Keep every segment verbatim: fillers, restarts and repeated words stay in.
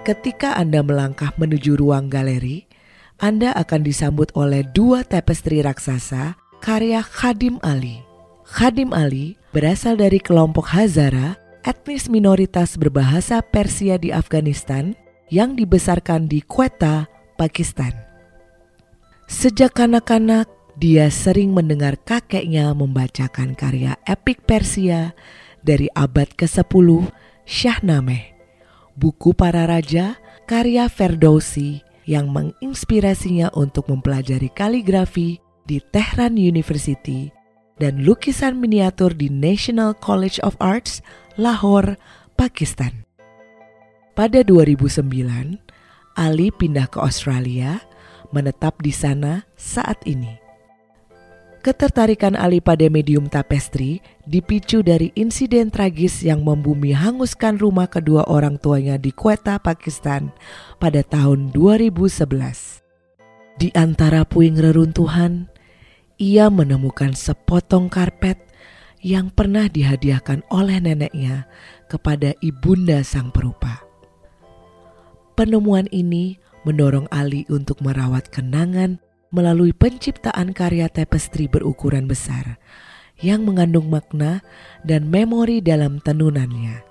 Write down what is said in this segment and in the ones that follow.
Ketika Anda melangkah menuju ruang galeri, Anda akan disambut oleh dua tapestri raksasa karya Khadim Ali. Khadim Ali berasal dari kelompok Hazara, etnis minoritas berbahasa Persia di Afghanistan yang dibesarkan di Quetta, Pakistan. Sejak kanak-kanak, dia sering mendengar kakeknya membacakan karya epik Persia dari abad kesepuluh, Shahnameh, buku para raja karya Ferdowsi yang menginspirasinya untuk mempelajari kaligrafi di Tehran University dan lukisan miniatur di National College of Arts, Lahore, Pakistan. Pada dua ribu sembilan, Ali pindah ke Australia, menetap di sana saat ini. Ketertarikan Ali pada medium tapestri dipicu dari insiden tragis yang membumi hanguskan rumah kedua orang tuanya di Quetta, Pakistan pada tahun dua ribu sebelas. Di antara puing reruntuhan, ia menemukan sepotong karpet yang pernah dihadiahkan oleh neneknya kepada ibunda sang perupa. Penemuan ini mendorong Ali untuk merawat kenangan melalui penciptaan karya tapestri berukuran besar yang mengandung makna dan memori dalam tenunannya.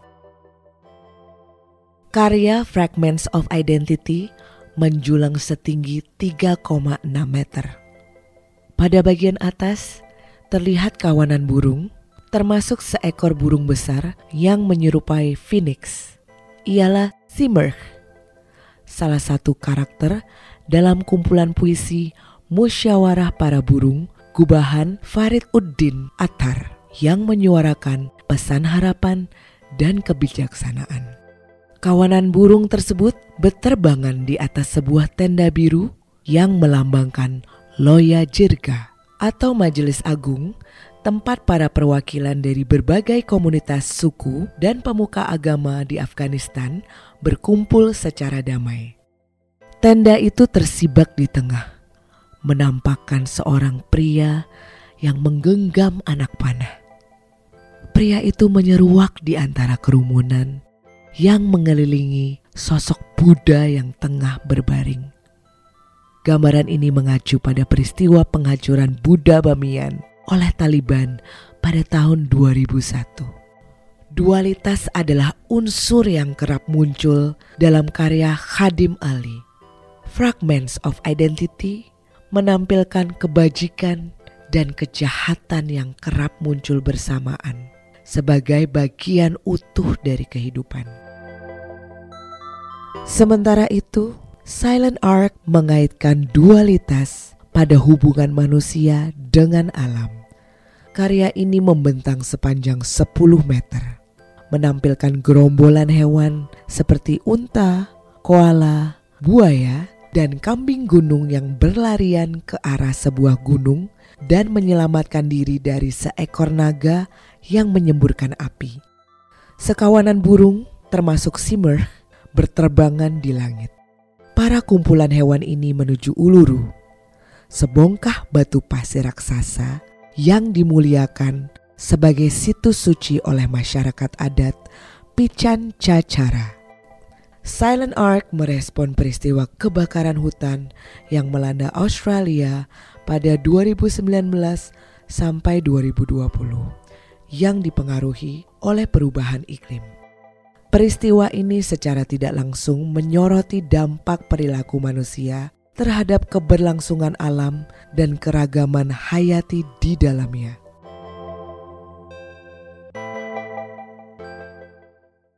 Karya Fragments of Identity menjulang setinggi tiga koma enam meter. Pada bagian atas terlihat kawanan burung, termasuk seekor burung besar yang menyerupai phoenix. Ialah Simurgh, salah satu karakter dalam kumpulan puisi Musyawarah Para Burung Gubahan Farid Uddin Attar yang menyuarakan pesan harapan dan kebijaksanaan. Kawanan burung tersebut berterbangan di atas sebuah tenda biru yang melambangkan Loya Jirga atau Majelis Agung, tempat para perwakilan dari berbagai komunitas suku dan pemuka agama di Afghanistan berkumpul secara damai. Tenda itu tersibak di tengah, menampakkan seorang pria yang menggenggam anak panah. Pria itu menyeruak di antara kerumunan yang mengelilingi sosok Buddha yang tengah berbaring. Gambaran ini mengacu pada peristiwa penghancuran Buddha Bamiyan oleh Taliban pada tahun dua ribu satu. Dualitas adalah unsur yang kerap muncul dalam karya Khadim Ali. Fragments of Identity menampilkan kebajikan dan kejahatan yang kerap muncul bersamaan sebagai bagian utuh dari kehidupan. Sementara itu, Silent Arc mengaitkan dualitas pada hubungan manusia dengan alam. Karya ini membentang sepanjang sepuluh meter, menampilkan gerombolan hewan seperti unta, koala, buaya, dan kambing gunung yang berlarian ke arah sebuah gunung dan menyelamatkan diri dari seekor naga yang menyemburkan api. Sekawanan burung, termasuk Simurgh, berterbangan di langit. Para kumpulan hewan ini menuju Uluru, sebongkah batu pasir raksasa yang dimuliakan sebagai situs suci oleh masyarakat adat Pican Cacara. Silent Arc merespon peristiwa kebakaran hutan yang melanda Australia pada dua ribu sembilan belas sampai dua ribu dua puluh yang dipengaruhi oleh perubahan iklim. Peristiwa ini secara tidak langsung menyoroti dampak perilaku manusia terhadap keberlangsungan alam dan keragaman hayati di dalamnya.